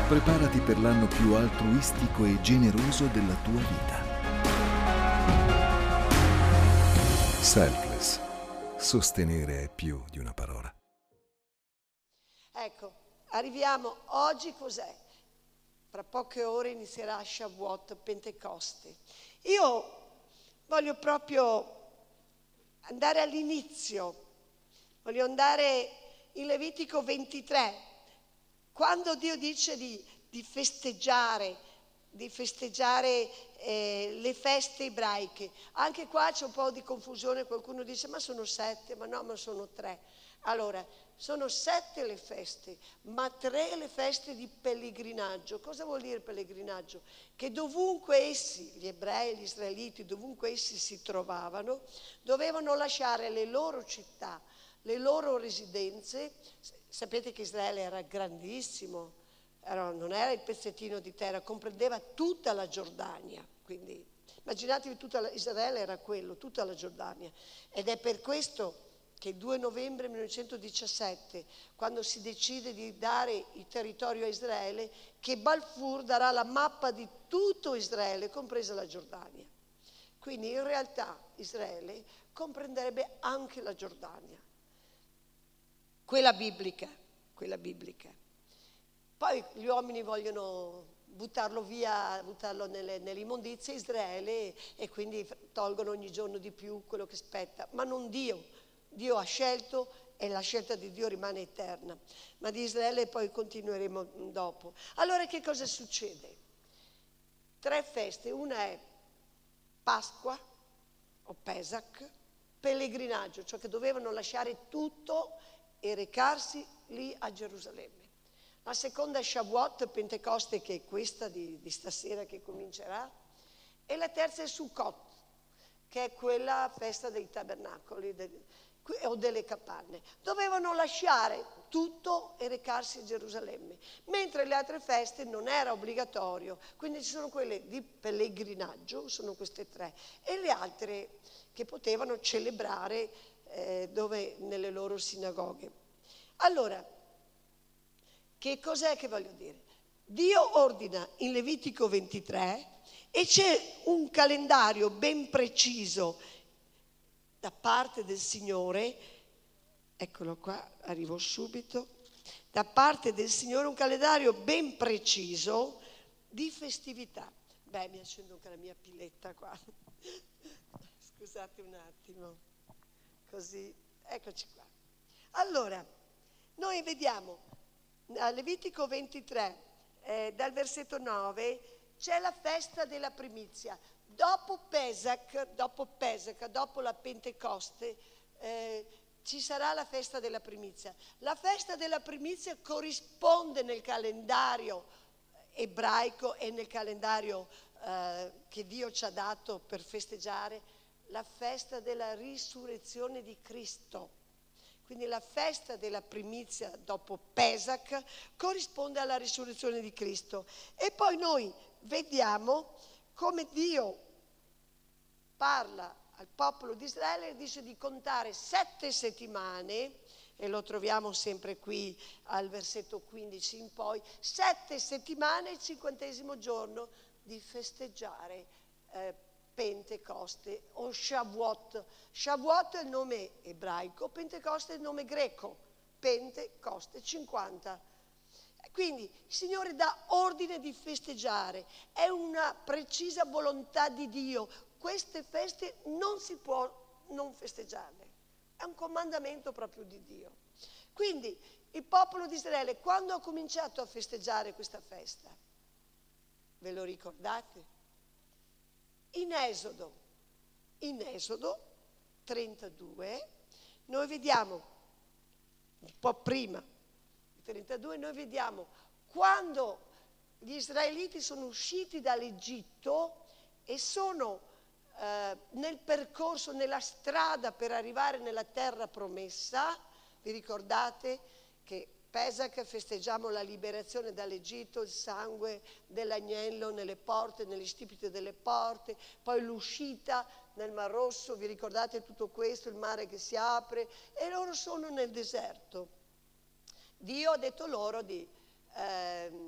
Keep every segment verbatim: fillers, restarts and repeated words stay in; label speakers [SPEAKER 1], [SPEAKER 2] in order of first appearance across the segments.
[SPEAKER 1] Preparati per l'anno più altruistico e generoso della tua vita. Selfless. Sostenere è più di una parola.
[SPEAKER 2] Ecco, arriviamo, oggi cos'è? Fra poche ore inizierà Shavuot, Pentecoste. Io voglio proprio andare all'inizio, voglio andare in Levitico ventitré, quando Dio dice di, di festeggiare, di festeggiare eh, le feste ebraiche. Anche qua c'è un po' di confusione, qualcuno dice ma sono sette, ma no, ma sono tre. Allora, sono sette le feste, ma tre le feste di pellegrinaggio. Cosa vuol dire pellegrinaggio? Che dovunque essi, gli ebrei, gli israeliti, dovunque essi si trovavano, dovevano lasciare le loro città, le loro residenze. Sapete che Israele era grandissimo, era, non era il pezzettino di terra, comprendeva tutta la Giordania. Quindi immaginatevi, tutta la, Israele era quello, tutta la Giordania. Ed è per questo che il due novembre millenovecentodiciassette, quando si decide di dare il territorio a Israele, che Balfour darà la mappa di tutto Israele, compresa la Giordania. Quindi in realtà Israele comprenderebbe anche la Giordania, quella biblica, quella biblica. Poi gli uomini vogliono buttarlo via, buttarlo nelle, nelle immondizie, Israele, e quindi tolgono ogni giorno di più quello che spetta, ma non Dio. Dio ha scelto e la scelta di Dio rimane eterna, ma di Israele poi continueremo dopo. Allora che cosa succede? Tre feste, una è Pasqua o Pesach, pellegrinaggio, cioè che dovevano lasciare tutto e recarsi lì a Gerusalemme. La seconda è Shavuot, Pentecoste, che è questa di, di stasera che comincerà, e la terza è Sukkot, che è quella festa dei tabernacoli del, o delle capanne. Dovevano lasciare tutto e recarsi a Gerusalemme, mentre le altre feste non era obbligatorio, quindi ci sono quelle di pellegrinaggio, sono queste tre, e le altre che potevano celebrare eh, dove, nelle loro sinagoghe. Allora, che cos'è che voglio dire? Dio ordina in Levitico ventitré e c'è un calendario ben preciso da parte del Signore, eccolo qua, arrivo subito, da parte del Signore un calendario ben preciso di festività. Beh, mi accendo anche la mia piletta qua. Scusate un attimo, così, eccoci qua. Allora, noi vediamo a Levitico ventitré, eh, dal versetto nove, c'è la festa della primizia. Dopo Pesach, dopo Pesach, dopo la Pentecoste, eh, ci sarà la festa della primizia. La festa della primizia corrisponde nel calendario ebraico e nel calendario eh, che Dio ci ha dato per festeggiare la festa della risurrezione di Cristo. Quindi la festa della primizia dopo Pesach corrisponde alla risurrezione di Cristo. E poi noi vediamo come Dio parla al popolo di Israele e dice di contare sette settimane, e lo troviamo sempre qui al versetto quindici in poi, sette settimane, il cinquantesimo giorno, di festeggiare eh, Pentecoste o Shavuot. Shavuot è il nome ebraico, Pentecoste è il nome greco, Pentecoste, cinquanta. Quindi il Signore dà ordine di festeggiare, è una precisa volontà di Dio. Queste feste non si può non festeggiarle, è un comandamento proprio di Dio. Quindi il popolo di Israele, quando ha cominciato a festeggiare questa festa, ve lo ricordate? In Esodo, in Esodo trentadue, noi vediamo, un po' prima, trentadue, noi vediamo quando gli israeliti sono usciti dall'Egitto e sono eh, nel percorso, nella strada per arrivare nella terra promessa. Vi ricordate che Pesach festeggiamo la liberazione dall'Egitto, il sangue dell'agnello nelle porte, negli stipiti delle porte, poi l'uscita nel Mar Rosso, vi ricordate tutto questo, il mare che si apre, e loro sono nel deserto. Dio ha detto loro di, eh,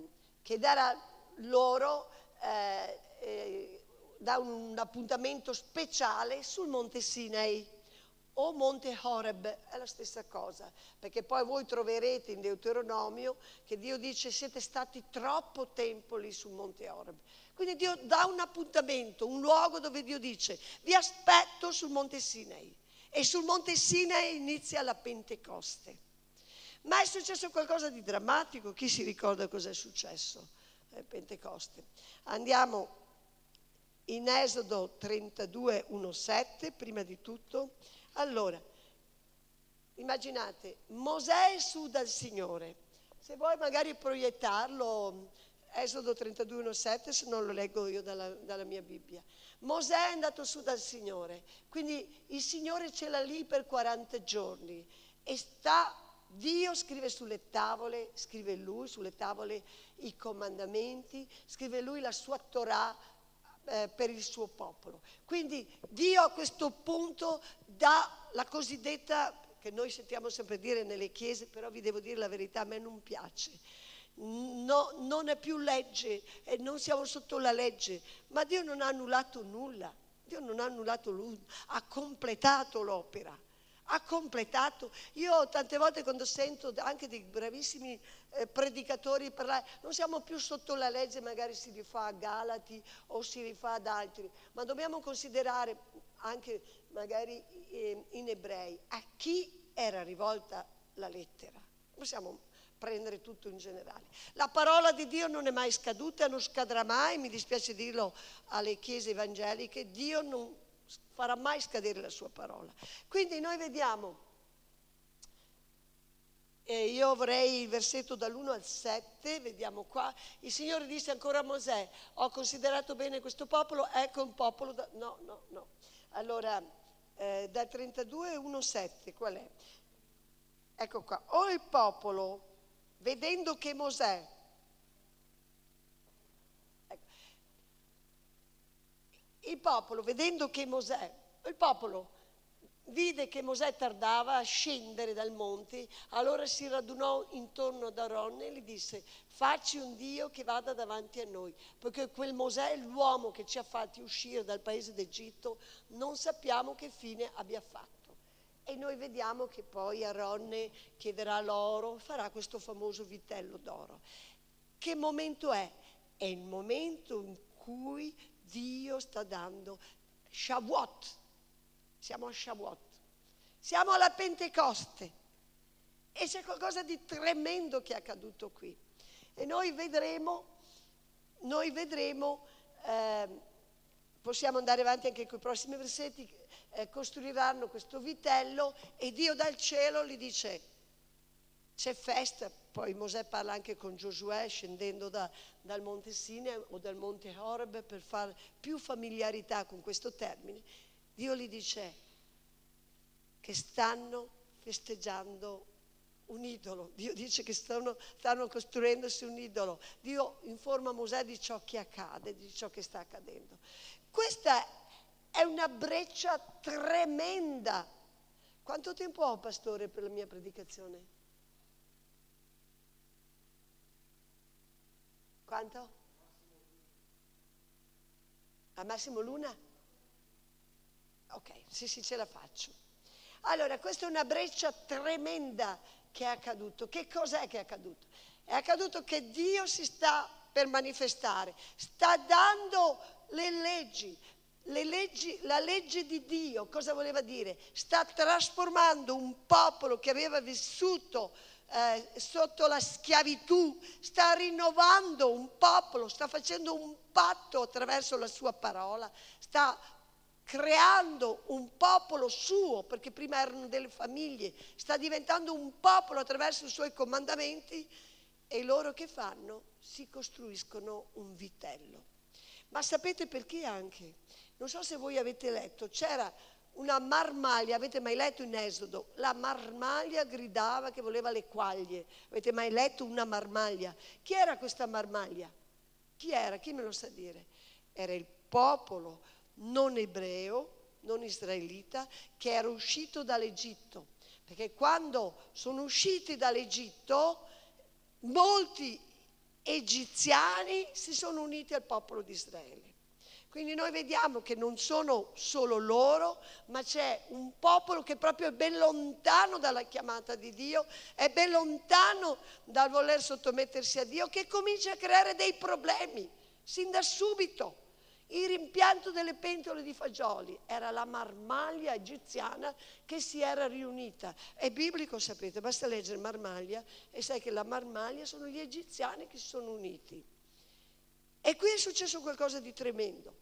[SPEAKER 2] che darà loro eh, eh, da un appuntamento speciale sul Monte Sinai o Monte Horeb, è la stessa cosa, perché poi voi troverete in Deuteronomio che Dio dice siete stati troppo tempo lì sul Monte Horeb. Quindi Dio dà un appuntamento, un luogo dove Dio dice vi aspetto sul Monte Sinai, e sul Monte Sinai inizia la Pentecoste. Ma è successo qualcosa di drammatico, chi si ricorda cosa è successo a Pentecoste? Andiamo in Esodo trentadue, uno sette, prima di tutto. Allora, immaginate, Mosè è su dal Signore. Se vuoi magari proiettarlo, Esodo trentadue, uno sette, se non lo leggo io dalla, dalla mia Bibbia. Mosè è andato su dal Signore, quindi il Signore ce l'ha lì per quaranta giorni e sta, Dio scrive sulle tavole, scrive lui sulle tavole i comandamenti, scrive lui la sua Torah eh, per il suo popolo. Quindi Dio a questo punto dà la cosiddetta, che noi sentiamo sempre dire nelle chiese, però vi devo dire la verità, a me non piace. No, non è più legge e non siamo sotto la legge, ma Dio non ha annullato nulla, Dio non ha annullato nulla, ha completato l'opera, ha completato. Io tante volte quando sento anche dei bravissimi eh, predicatori parlare, non siamo più sotto la legge, magari si rifà a Galati o si rifà ad altri, ma dobbiamo considerare anche magari eh, in Ebrei a chi era rivolta la lettera. Possiamo prendere tutto in generale. La parola di Dio non è mai scaduta, non scadrà mai, mi dispiace dirlo alle chiese evangeliche, Dio non farà mai scadere la sua parola. Quindi noi vediamo, e io vorrei il versetto dall'uno al sette, vediamo qua, il Signore disse ancora a Mosè, ho considerato bene questo popolo, ecco un popolo, da... no, no, no. Allora, eh, dal trentadue, uno, sette, qual è? Ecco qua, o il popolo, vedendo che Mosè, ecco, il popolo, vedendo che Mosè, il popolo vide che Mosè tardava a scendere dal monte, allora si radunò intorno ad Aaron e gli disse, facci un Dio che vada davanti a noi, perché quel Mosè, l'uomo che ci ha fatti uscire dal paese d'Egitto, non sappiamo che fine abbia fatto. E noi vediamo che poi Aaron chiederà l'oro, farà questo famoso vitello d'oro. Che momento è? È il momento in cui Dio sta dando Shavuot. Siamo a Shavuot. Siamo alla Pentecoste. E c'è qualcosa di tremendo che è accaduto qui. E noi vedremo, noi vedremo, eh, possiamo andare avanti anche con i prossimi versetti, Eh, costruiranno questo vitello e Dio dal cielo gli dice c'è festa. Poi Mosè parla anche con Giosuè scendendo da, dal monte Sinai o dal monte Horeb per fare più familiarità con questo termine. Dio gli dice che stanno festeggiando un idolo. Dio dice che stanno, stanno costruendosi un idolo. Dio informa Mosè di ciò che accade, di ciò che sta accadendo. Questa è È una breccia tremenda. Quanto tempo ho, pastore, per la mia predicazione? Quanto? Al massimo l'una? Ok, sì, sì, ce la faccio. Allora, questa è una breccia tremenda che è accaduto. Che cos'è che è accaduto? È accaduto che Dio si sta per manifestare, sta dando le leggi. Le leggi, la legge di Dio, cosa voleva dire? Sta trasformando un popolo che aveva vissuto eh, sotto la schiavitù, sta rinnovando un popolo, sta facendo un patto attraverso la sua parola, sta creando un popolo suo, perché prima erano delle famiglie, sta diventando un popolo attraverso i suoi comandamenti e loro che fanno? Si costruiscono un vitello. Ma sapete perché anche? Non so se voi avete letto, c'era una marmaglia, avete mai letto in Esodo? La marmaglia gridava che voleva le quaglie. Avete mai letto una marmaglia? Chi era questa marmaglia? Chi era? Chi me lo sa dire? Era il popolo non ebreo, non israelita, che era uscito dall'Egitto. Perché quando sono usciti dall'Egitto, molti egiziani si sono uniti al popolo di Israele. Quindi noi vediamo che non sono solo loro, ma c'è un popolo che proprio è ben lontano dalla chiamata di Dio, è ben lontano dal voler sottomettersi a Dio, che comincia a creare dei problemi, sin da subito. Il rimpianto delle pentole di fagioli era la marmaglia egiziana che si era riunita. È biblico, sapete, basta leggere marmaglia e sai che la marmaglia sono gli egiziani che si sono uniti. E qui è successo qualcosa di tremendo.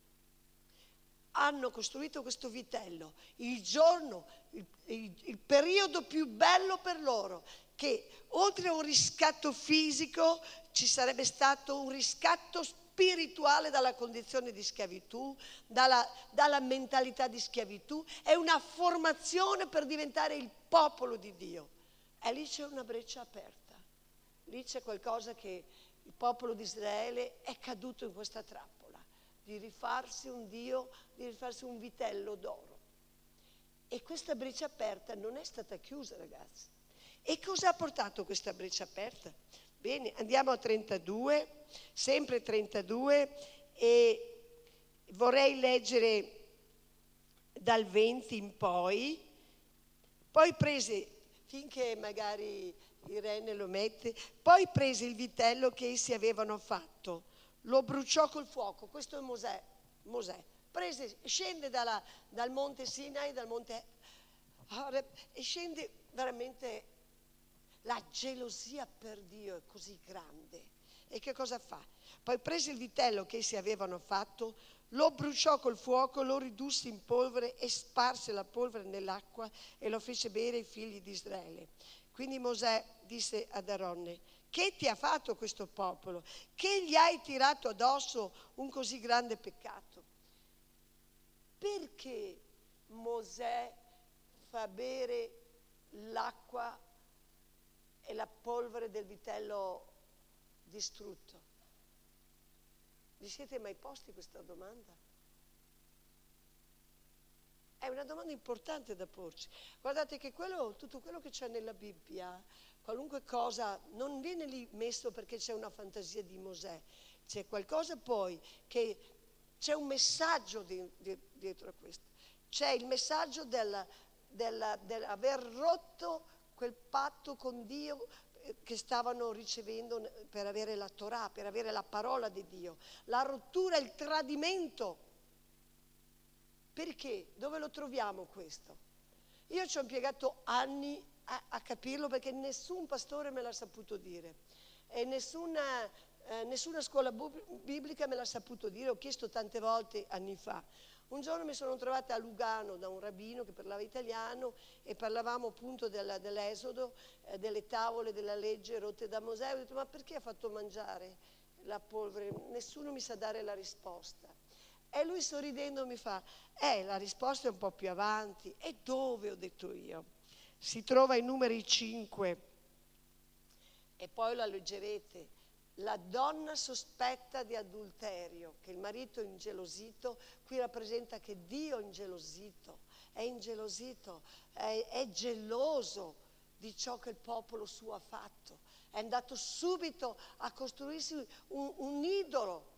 [SPEAKER 2] Hanno costruito questo vitello, il giorno, il, il, il periodo più bello per loro, che oltre a un riscatto fisico ci sarebbe stato un riscatto spirituale dalla condizione di schiavitù, dalla, dalla mentalità di schiavitù, è una formazione per diventare il popolo di Dio. E lì c'è una breccia aperta, lì c'è qualcosa che il popolo di Israele è caduto in questa trappola, di rifarsi un Dio, di rifarsi un vitello d'oro. E questa breccia aperta non è stata chiusa, ragazzi. E cosa ha portato questa breccia aperta? Bene, andiamo a trentadue, sempre trentadue, e vorrei leggere dal venti in poi. Poi prese, finché magari Irene lo mette, poi prese il vitello che essi avevano fatto, lo bruciò col fuoco. Questo è Mosè. Mosè prese, scende dalla, dal monte Sinai, dal monte Horeb, e scende veramente. La gelosia per Dio è così grande. E che cosa fa? Poi prese il vitello che essi avevano fatto, lo bruciò col fuoco, lo ridusse in polvere e sparse la polvere nell'acqua e lo fece bere ai figli di Israele. Quindi Mosè disse ad Aronne: che ti ha fatto questo popolo? Che gli hai tirato addosso un così grande peccato? Perché Mosè fa bere l'acqua e la polvere del vitello distrutto? Vi siete mai posti questa domanda? È una domanda importante da porci. Guardate che quello, tutto quello che c'è nella Bibbia, qualunque cosa, non viene lì messo perché c'è una fantasia di Mosè. C'è qualcosa poi che c'è un messaggio di, di, dietro a questo. C'è il messaggio dell'aver rotto quel patto con Dio che stavano ricevendo per avere la Torah, per avere la parola di Dio. La rottura, il tradimento. Perché? Dove lo troviamo questo? Io ci ho impiegato anni a, a capirlo, perché nessun pastore me l'ha saputo dire e nessuna, eh, nessuna scuola biblica me l'ha saputo dire. Ho chiesto tante volte anni fa. Un giorno mi sono trovata a Lugano da un rabbino che parlava italiano e parlavamo appunto della, dell'Esodo, eh, delle tavole della legge rotte da Mosè. Ho detto: ma perché ha fatto mangiare la polvere? Nessuno mi sa dare la risposta. E lui sorridendo mi fa: eh, la risposta è un po' più avanti. E dove? Ho detto io. Si trova in Numeri cinque e poi la leggerete. La donna sospetta di adulterio, che il marito è ingelosito, qui rappresenta che Dio è ingelosito, è ingelosito, è, è geloso di ciò che il popolo suo ha fatto. È andato subito a costruirsi un, un idolo.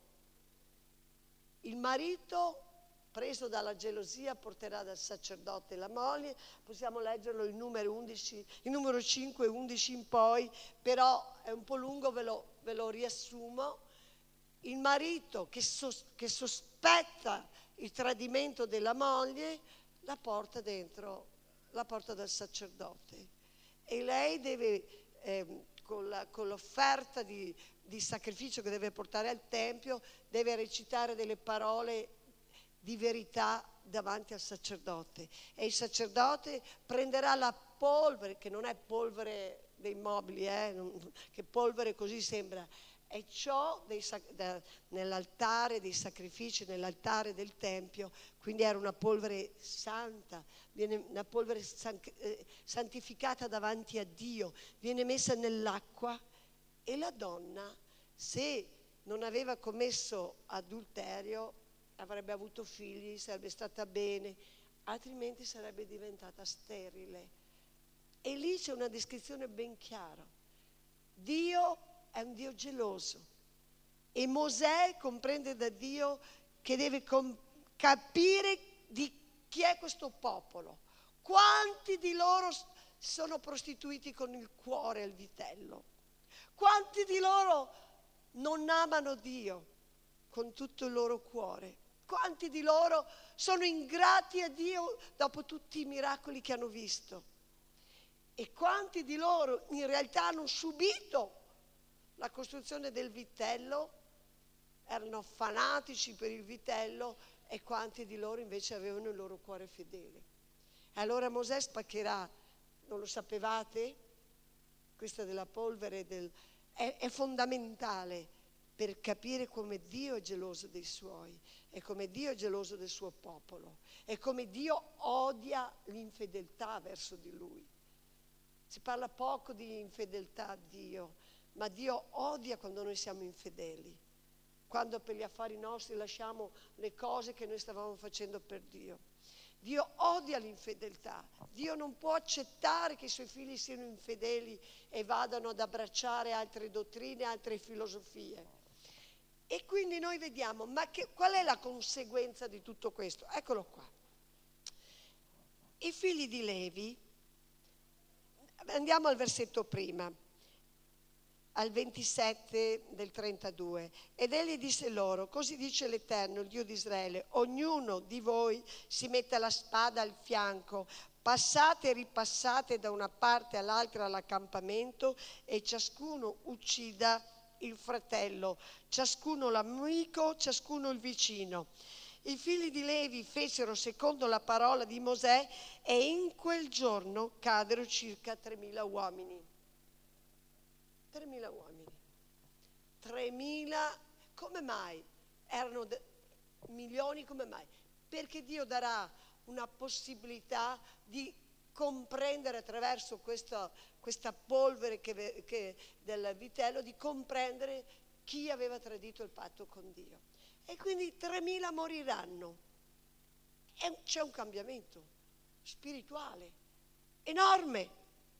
[SPEAKER 2] Il marito, preso dalla gelosia, porterà dal sacerdote la moglie. Possiamo leggerlo in numero, undici, in numero cinque, undici in poi, però è un po' lungo, ve lo, ve lo riassumo. Il marito che, sos, che sospetta il tradimento della moglie la porta dentro, la porta dal sacerdote. E lei deve, eh, con, la, con l'offerta di, di sacrificio che deve portare al tempio, deve recitare delle parole di verità davanti al sacerdote, e il sacerdote prenderà la polvere, che non è polvere dei mobili, eh, non, che polvere così sembra, è ciò dei, da, nell'altare dei sacrifici, nell'altare del tempio. Quindi era una polvere santa, viene una polvere san, eh, santificata davanti a Dio, viene messa nell'acqua, e la donna, se non aveva commesso adulterio, avrebbe avuto figli, sarebbe stata bene, altrimenti sarebbe diventata sterile. E lì c'è una descrizione ben chiara. Dio è un Dio geloso. E Mosè comprende da Dio che deve com- capire di chi è questo popolo. Quanti di loro sono prostituiti con il cuore al vitello? Quanti di loro non amano Dio con tutto il loro cuore? Quanti di loro sono ingrati a Dio dopo tutti i miracoli che hanno visto? E quanti di loro in realtà hanno subito la costruzione del vitello, erano fanatici per il vitello, e quanti di loro invece avevano il loro cuore fedele. Allora Mosè spaccherà, non lo sapevate? Questa della polvere del, è, è fondamentale per capire come Dio è geloso dei suoi e come Dio è geloso del suo popolo e come Dio odia l'infedeltà verso di Lui. Si parla poco di infedeltà a Dio, ma Dio odia quando noi siamo infedeli, quando per gli affari nostri lasciamo le cose che noi stavamo facendo per Dio. Dio odia l'infedeltà. Dio non può accettare che i suoi figli siano infedeli e vadano ad abbracciare altre dottrine, altre filosofie. E quindi noi vediamo, ma che, qual è la conseguenza di tutto questo? Eccolo qua. I figli di Levi, andiamo al versetto prima, al ventisette del trentadue. Ed egli disse loro: così dice l'Eterno, il Dio di Israele, ognuno di voi si metta la spada al fianco, passate e ripassate da una parte all'altra all'accampamento, e ciascuno uccida il fratello, ciascuno l'amico, ciascuno il vicino. I figli di Levi fecero secondo la parola di Mosè, e in quel giorno caddero circa tremila uomini. tremila uomini. tremila, come mai? Erano de- milioni, come mai? Perché Dio darà una possibilità di comprendere attraverso questa, questa polvere che, che del vitello, di comprendere chi aveva tradito il patto con Dio. E quindi tremila moriranno. E c'è un cambiamento spirituale enorme.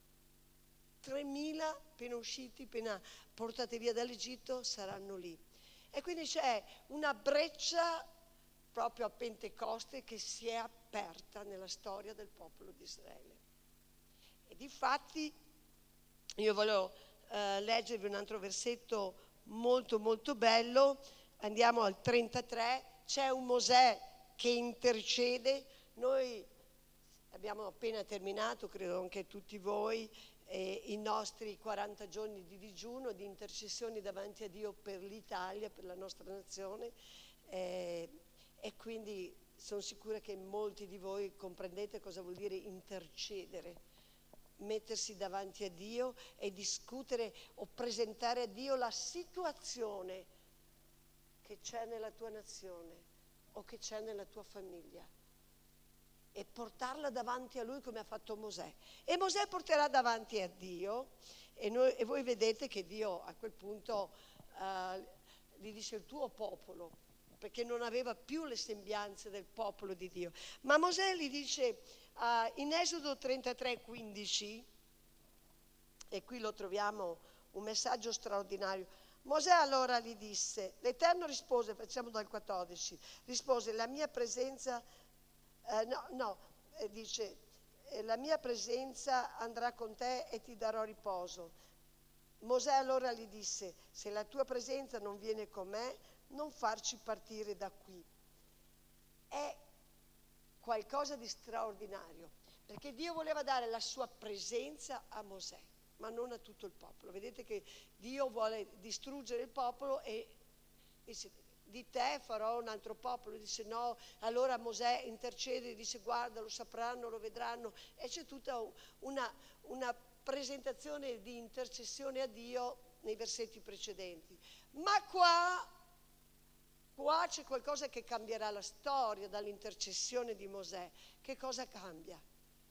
[SPEAKER 2] tremila appena usciti, appena portati via dall'Egitto, saranno lì. E quindi c'è una breccia proprio a Pentecoste che si è aperta nella storia del popolo di Israele. E difatti io volevo eh, leggervi un altro versetto molto molto bello. Andiamo al trentatré. C'è un Mosè che intercede. Noi abbiamo appena terminato, credo anche tutti voi, eh, i nostri quaranta giorni di digiuno, di intercessioni davanti a Dio per l'Italia, per la nostra nazione, eh, e quindi sono sicura che molti di voi comprendete cosa vuol dire intercedere, mettersi davanti a Dio e discutere o presentare a Dio la situazione che c'è nella tua nazione o che c'è nella tua famiglia, e portarla davanti a Lui come ha fatto Mosè. E Mosè porterà davanti a Dio, e, noi, e voi vedete che Dio a quel punto uh, gli dice il tuo popolo, perché non aveva più le sembianze del popolo di Dio. Ma Mosè gli dice uh, in Esodo trentatré quindici, e qui lo troviamo un messaggio straordinario. Mosè allora gli disse, l'Eterno rispose, facciamo dal quattordici, rispose: la mia presenza Eh, no, no, eh, dice, eh, la mia presenza andrà con te e ti darò riposo. Mosè allora gli disse: se la tua presenza non viene con me, non farci partire da qui. È qualcosa di straordinario, perché Dio voleva dare la sua presenza a Mosè, ma non a tutto il popolo. Vedete che Dio vuole distruggere il popolo e, e si, di te farò un altro popolo. Dice no, allora Mosè intercede e dice guarda, lo sapranno, lo vedranno, e c'è tutta una, una presentazione di intercessione a Dio nei versetti precedenti. Ma qua, qua c'è qualcosa che cambierà la storia dall'intercessione di Mosè. Che cosa cambia?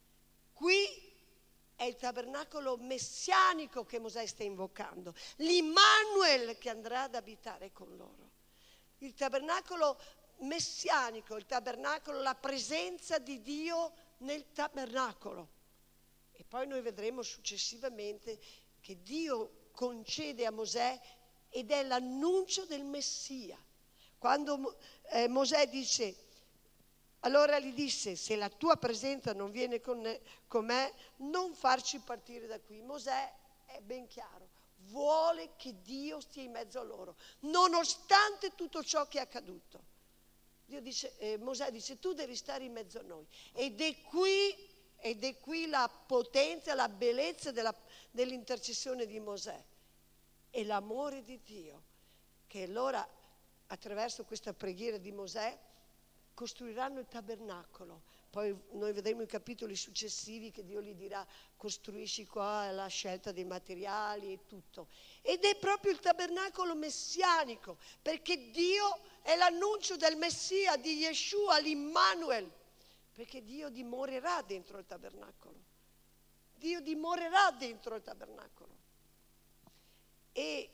[SPEAKER 2] Qui è il tabernacolo messianico che Mosè sta invocando, l'Immanuel che andrà ad abitare con loro. Il tabernacolo messianico, il tabernacolo, la presenza di Dio nel tabernacolo. E poi noi vedremo successivamente che Dio concede a Mosè ed è l'annuncio del Messia. Quando eh, Mosè dice, allora gli disse, se la tua presenza non viene con, con me, non farci partire da qui. Mosè è ben chiaro, vuole che Dio stia in mezzo a loro, nonostante tutto ciò che è accaduto. Dio dice, eh, Mosè dice, tu devi stare in mezzo a noi. Ed è qui, ed è qui la potenza, la bellezza della, dell'intercessione di Mosè e l'amore di Dio, che allora attraverso questa preghiera di Mosè costruiranno il tabernacolo. Poi noi vedremo i capitoli successivi che Dio gli dirà costruisci qua, la scelta dei materiali e tutto. Ed è proprio il tabernacolo messianico, perché Dio è l'annuncio del Messia, di Yeshua, l'Immanuel, perché Dio dimorerà dentro il tabernacolo. Dio dimorerà dentro il tabernacolo. E,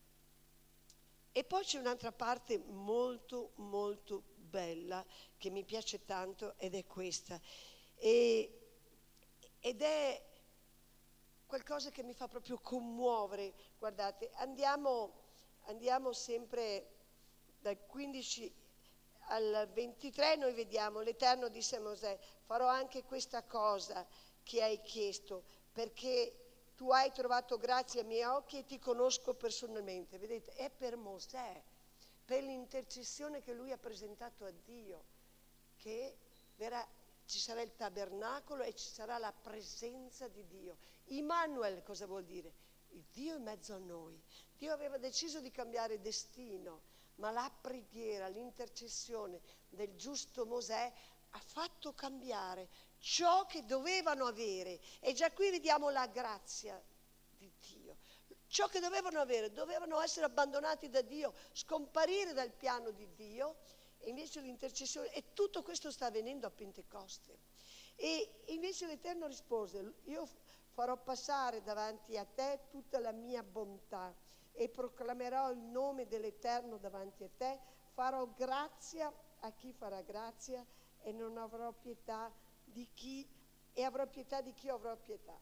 [SPEAKER 2] e poi c'è un'altra parte molto, molto bella che mi piace tanto ed è questa. E, ed è qualcosa che mi fa proprio commuovere. Guardate, andiamo, andiamo sempre dal quindici al ventitré, noi vediamo, l'Eterno disse a Mosè, farò anche questa cosa che hai chiesto, perché tu hai trovato grazia ai miei occhi e ti conosco personalmente. Vedete, è per Mosè, per l'intercessione che lui ha presentato a Dio, che verrà, ci sarà il tabernacolo e ci sarà la presenza di Dio. Immanuel cosa vuol dire? Il Dio in mezzo a noi. Dio aveva deciso di cambiare destino, ma la preghiera, l'intercessione del giusto Mosè ha fatto cambiare ciò che dovevano avere. E già qui vediamo la grazia di Dio. Ciò che dovevano avere, dovevano essere abbandonati da Dio, scomparire dal piano di Dio, e invece l'intercessione, e tutto questo sta avvenendo a Pentecoste. E invece l'Eterno rispose, io farò passare davanti a te tutta la mia bontà e proclamerò il nome dell'Eterno davanti a te, farò grazia a chi farà grazia e non avrò pietà di chi, e avrò pietà di chi avrò pietà.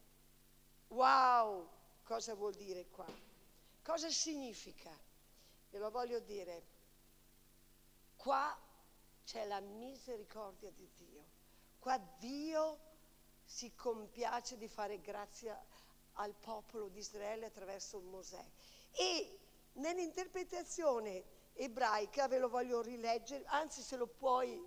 [SPEAKER 2] Wow! Cosa vuol dire qua? Cosa significa? Ve lo voglio dire. Qua c'è la misericordia di Dio. Qua Dio si compiace di fare grazia al popolo di Israele attraverso Mosè. E nell'interpretazione ebraica, ve lo voglio rileggere, anzi se lo puoi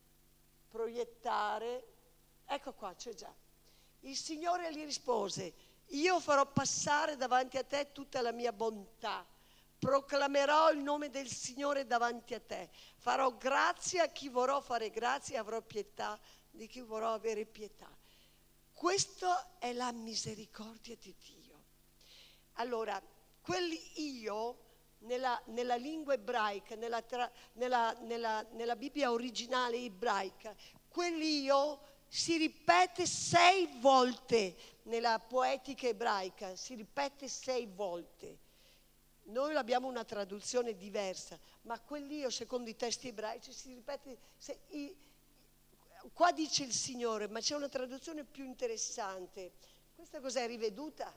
[SPEAKER 2] proiettare, ecco qua, c'è già. Il Signore gli rispose, io farò passare davanti a te tutta la mia bontà, proclamerò il nome del Signore davanti a te, farò grazia a chi vorrò fare grazia e avrò pietà di chi vorrò avere pietà. Questa è la misericordia di Dio. Allora, quell'io nella, nella lingua ebraica, nella, tra, nella, nella, nella Bibbia originale ebraica, quell'io si ripete sei volte nella poetica ebraica, si ripete sei volte. Noi abbiamo una traduzione diversa, ma quell'io secondo i testi ebraici si ripete. Se, i, qua dice il Signore, ma c'è una traduzione più interessante. Questa cos'è, riveduta?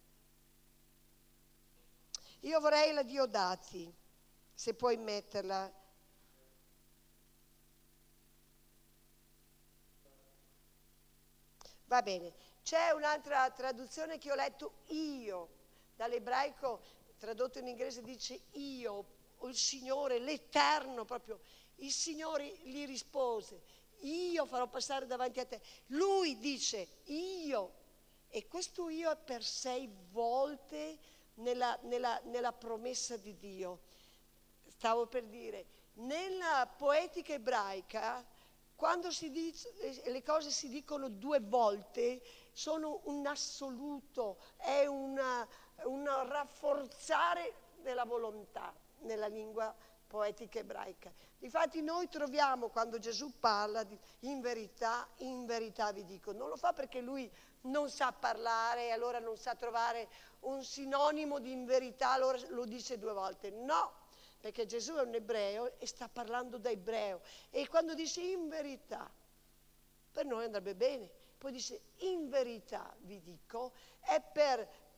[SPEAKER 2] Io vorrei la Diodati, se puoi metterla. Va bene. C'è un'altra traduzione che ho letto io, dall'ebraico tradotto in inglese dice io, o il Signore, l'Eterno proprio. Il Signore gli rispose, io farò passare davanti a te. Lui dice io, e questo io è per sei volte nella, nella, nella promessa di Dio. Stavo per dire, nella poetica ebraica, quando si dice, le cose si dicono due volte, sono un assoluto, è una, un rafforzare della volontà nella lingua poetica ebraica. Difatti noi troviamo quando Gesù parla di in verità, in verità vi dico, non lo fa perché lui non sa parlare e allora non sa trovare un sinonimo di in verità, allora lo dice due volte, no, perché Gesù è un ebreo e sta parlando da ebreo, e quando dice in verità, per noi andrebbe bene, poi dice in verità vi dico, è per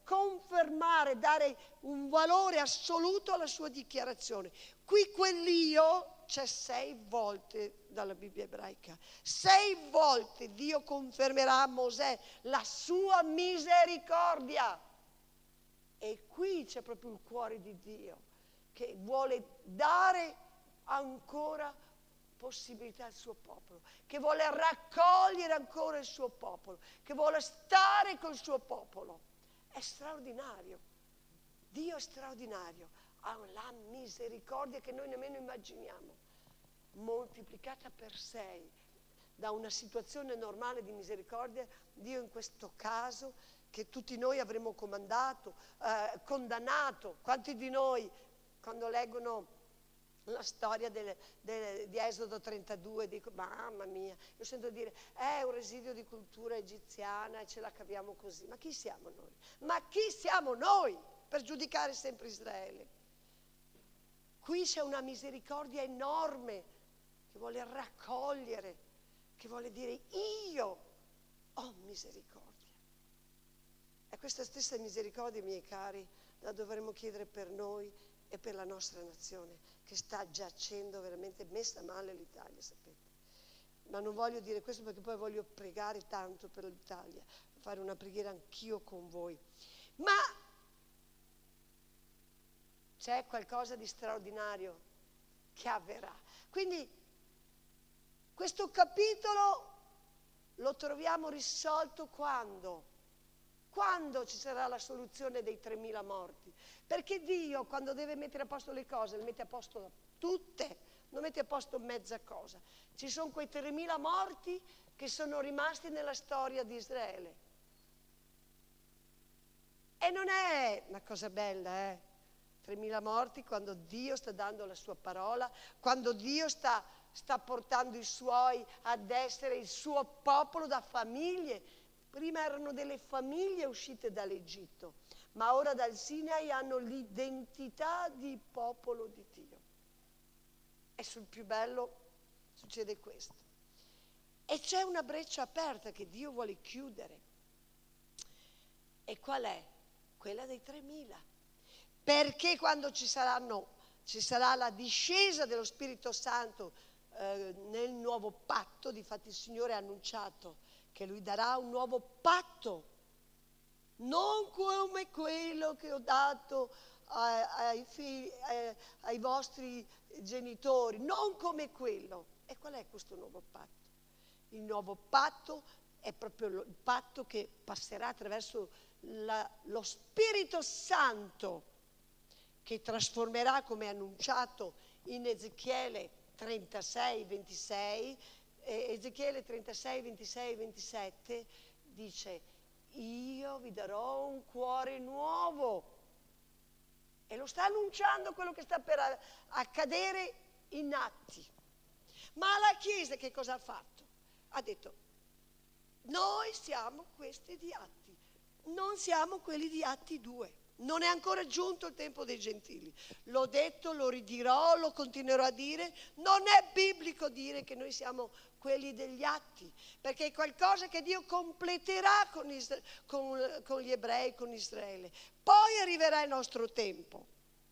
[SPEAKER 2] confermare, dare un valore assoluto alla sua dichiarazione. Qui quell'io c'è sei volte dalla Bibbia ebraica. Sei volte Dio confermerà a Mosè la sua misericordia. E qui c'è proprio il cuore di Dio, che vuole dare ancora possibilità al suo popolo, che vuole raccogliere ancora il suo popolo, che vuole stare col suo popolo. È straordinario. Dio è straordinario. Ha la misericordia che noi nemmeno immaginiamo, moltiplicata per sei. Da una situazione normale di misericordia, Dio in questo caso, che tutti noi avremmo comandato, eh, condannato. Quanti di noi, quando leggono la storia del, del, di Esodo trentadue, dico, mamma mia, io sento dire, è un residuo di cultura egiziana e ce la caviamo così. Ma chi siamo noi? Ma chi siamo noi per giudicare sempre Israele? Qui c'è una misericordia enorme che vuole raccogliere, che vuole dire, io ho misericordia. E questa stessa misericordia, miei cari, la dovremmo chiedere per noi e per la nostra nazione, che sta giacendo veramente messa male l'Italia, sapete. Ma non voglio dire questo perché poi voglio pregare tanto per l'Italia, fare una preghiera anch'io con voi. Ma c'è qualcosa di straordinario che avverrà. Quindi questo capitolo lo troviamo risolto quando? Quando ci sarà la soluzione dei tremila morti? Perché Dio, quando deve mettere a posto le cose, le mette a posto tutte, non mette a posto mezza cosa. Ci sono quei tremila morti che sono rimasti nella storia di Israele. E non è una cosa bella, eh? tremila morti quando Dio sta dando la sua parola, quando Dio sta, sta portando i suoi ad essere il suo popolo da famiglie. Prima erano delle famiglie uscite dall'Egitto, ma ora dal Sinai hanno l'identità di popolo di Dio. E sul più bello succede questo. E c'è una breccia aperta che Dio vuole chiudere. E qual è? Quella dei tremila. Perché quando ci saranno, ci sarà la discesa dello Spirito Santo eh, nel nuovo patto, difatti il Signore ha annunciato che Lui darà un nuovo patto, non come quello che ho dato ai, ai, figli, ai, ai vostri genitori, non come quello. E qual è questo nuovo patto? Il nuovo patto è proprio il patto che passerà attraverso la, lo Spirito Santo, che trasformerà, come annunciato in Ezechiele trentasei ventisei, Ezechiele trentasei ventisei e ventisette dice, io vi darò un cuore nuovo. E lo sta annunciando quello che sta per accadere in Atti. Ma la Chiesa che cosa ha fatto? Ha detto, noi siamo questi di Atti, non siamo quelli di Atti due. Non è ancora giunto il tempo dei gentili. L'ho detto, lo ridirò, lo continuerò a dire. Non è biblico dire che noi siamo quelli degli atti, perché è qualcosa che Dio completerà con, Isra- con, con gli ebrei, con Israele. Poi arriverà il nostro tempo.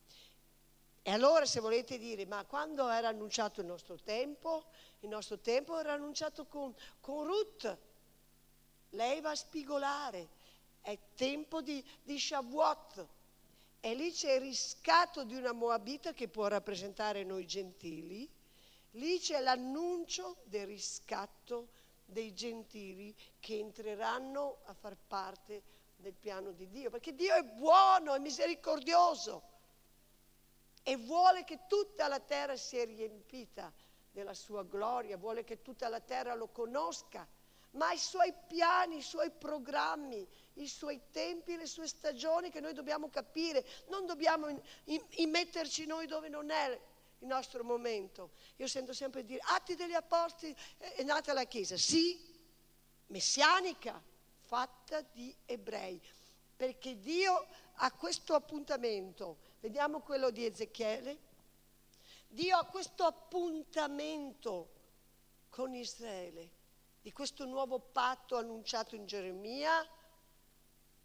[SPEAKER 2] E allora se volete dire, ma quando era annunciato il nostro tempo? Il nostro tempo era annunciato con, con Ruth. Lei va a spigolare. È tempo di, di Shavuot. E lì c'è il riscatto di una Moabita che può rappresentare noi gentili. Lì c'è l'annuncio del riscatto dei gentili che entreranno a far parte del piano di Dio. Perché Dio è buono, è misericordioso e vuole che tutta la terra sia riempita della sua gloria, vuole che tutta la terra lo conosca. Ma i suoi piani, i suoi programmi, i suoi tempi, le sue stagioni che noi dobbiamo capire, non dobbiamo in, in, immetterci noi dove non è il nostro momento. Io sento sempre dire, Atti degli Apostoli, è nata la Chiesa, sì, messianica, fatta di ebrei, perché Dio ha questo appuntamento, vediamo quello di Ezechiele, Dio ha questo appuntamento con Israele, di questo nuovo patto annunciato in Geremia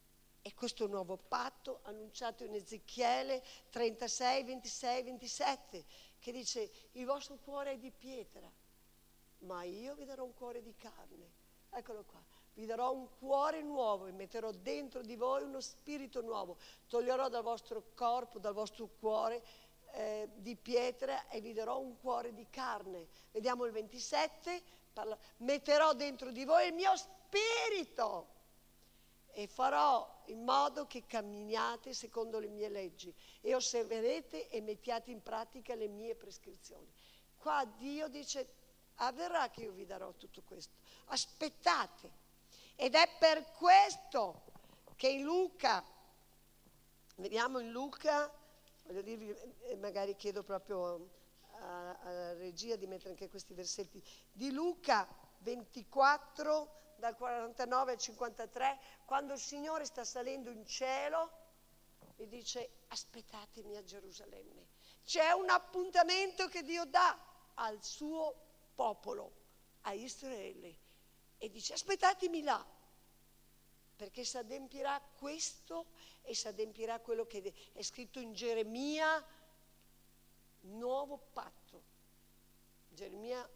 [SPEAKER 2] E questo nuovo patto annunciato in Ezechiele trentasei, ventisei, ventisette, che dice: il vostro cuore è di pietra, ma io vi darò un cuore di carne. Eccolo qua, vi darò un cuore nuovo e metterò dentro di voi uno spirito nuovo. Toglierò dal vostro corpo, dal vostro cuore eh, di pietra e vi darò un cuore di carne. Vediamo il ventisette, parla, metterò dentro di voi il mio spirito e farò in modo che camminiate secondo le mie leggi e osserverete e mettiate in pratica le mie prescrizioni. Qua Dio dice: avverrà che io vi darò tutto questo, aspettate. Ed è per questo che in Luca, vediamo in Luca, voglio dirvi, magari chiedo proprio alla regia di mettere anche questi versetti, di Luca ventiquattro, dal quarantanove al cinquantatré, quando il Signore sta salendo in cielo e dice: aspettatemi a Gerusalemme. C'è un appuntamento che Dio dà al suo popolo, a Israele, e dice: aspettatemi là, perché si adempirà questo e si adempirà quello che è scritto in Geremia, nuovo patto. Geremia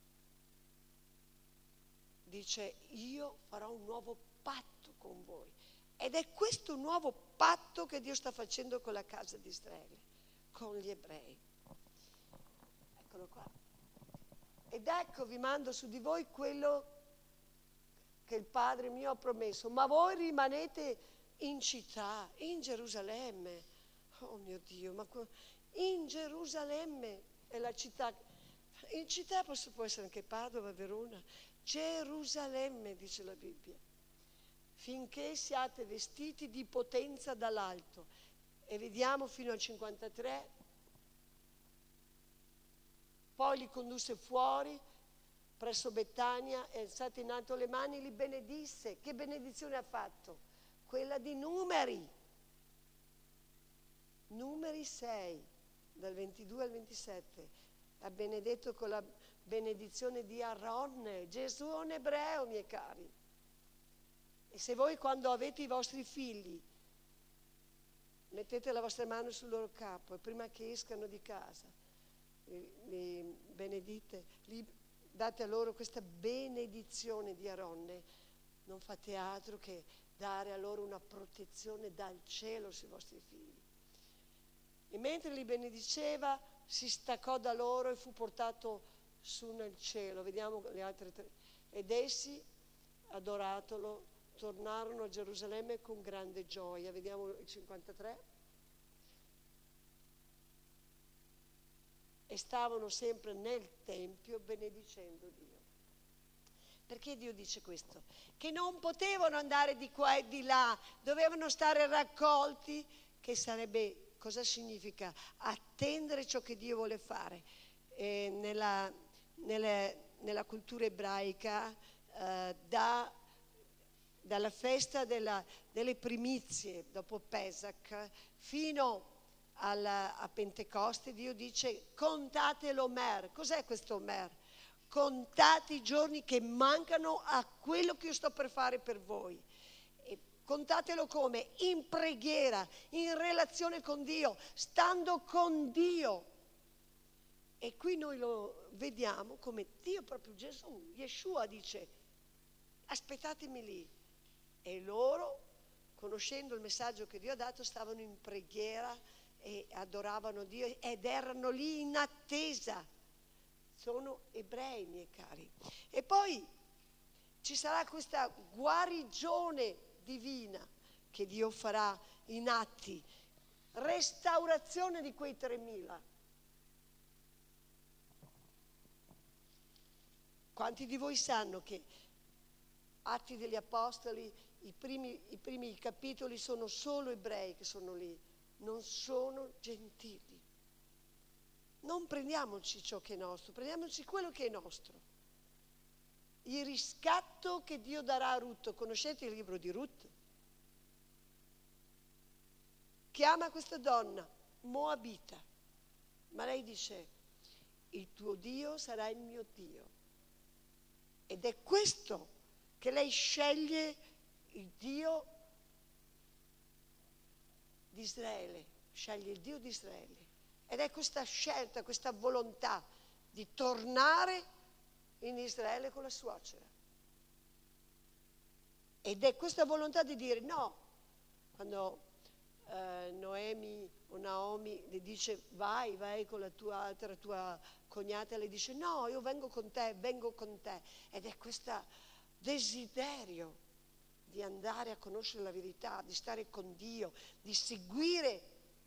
[SPEAKER 2] dice: io farò un nuovo patto con voi. Ed è questo nuovo patto che Dio sta facendo con la casa di Israele, con gli ebrei. Eccolo qua. Ed ecco, vi mando su di voi quello che il Padre mio ha promesso, ma voi rimanete in città, in Gerusalemme. Oh mio Dio, ma in Gerusalemme è la città. In città può essere anche Padova, Verona. Gerusalemme, dice la Bibbia, finché siate vestiti di potenza dall'alto. E vediamo fino al cinquantatré. Poi li condusse fuori presso Betania e alzate in alto le mani li benedisse. Che benedizione ha fatto? Quella di Numeri. Numeri sei, dal ventidue al ventisette. Ha benedetto con la benedizione di Aaron. Gesù è un ebreo, miei cari. E se voi, quando avete i vostri figli, mettete la vostra mano sul loro capo e prima che escano di casa li, li benedite, li, date a loro questa benedizione di Aaron, non fate altro che dare a loro una protezione dal cielo sui vostri figli. E mentre li benediceva, si staccò da loro e fu portato su nel cielo. Vediamo le altre tre. Ed essi, adoratolo, tornarono a Gerusalemme con grande gioia. Vediamo il cinquantatré. E stavano sempre nel Tempio benedicendo Dio. Perché Dio dice questo? Che non potevano andare di qua e di là, dovevano stare raccolti, che sarebbe... Cosa significa? Attendere ciò che Dio vuole fare. E nella, nella, nella cultura ebraica, eh, da, dalla festa della, delle primizie, dopo Pesach, fino alla, a Pentecoste, Dio dice: contate l'Omer. Cos'è questo Omer? Contate i giorni che mancano a quello che io sto per fare per voi. Contatelo come? In preghiera, in relazione con Dio, stando con Dio. E qui noi lo vediamo come Dio, proprio Gesù, Yeshua dice: aspettatemi lì. E loro, conoscendo il messaggio che Dio ha dato, stavano in preghiera e adoravano Dio ed erano lì in attesa. Sono ebrei, miei cari. E poi ci sarà questa guarigione divina che Dio farà in atti, restaurazione di quei tremila. Quanti di voi sanno che Atti degli Apostoli, i primi, i primi capitoli sono solo ebrei che sono lì, non sono gentili. Non prendiamoci ciò che è nostro, prendiamoci quello che è nostro. Il riscatto che Dio darà a Ruth. Conoscete il libro di Ruth? Chiama questa donna Moabita, ma lei dice: il tuo Dio sarà il mio Dio. Ed è questo che lei sceglie, il Dio di Israele, sceglie il Dio di Israele. Ed è questa scelta, questa volontà di tornare in Israele con la suocera. Ed è questa volontà di dire no, quando eh, Noemi o Naomi le dice vai, vai con la tua altra tua cognata, le dice no, io vengo con te, vengo con te. Ed è questo desiderio di andare a conoscere la verità, di stare con Dio, di seguire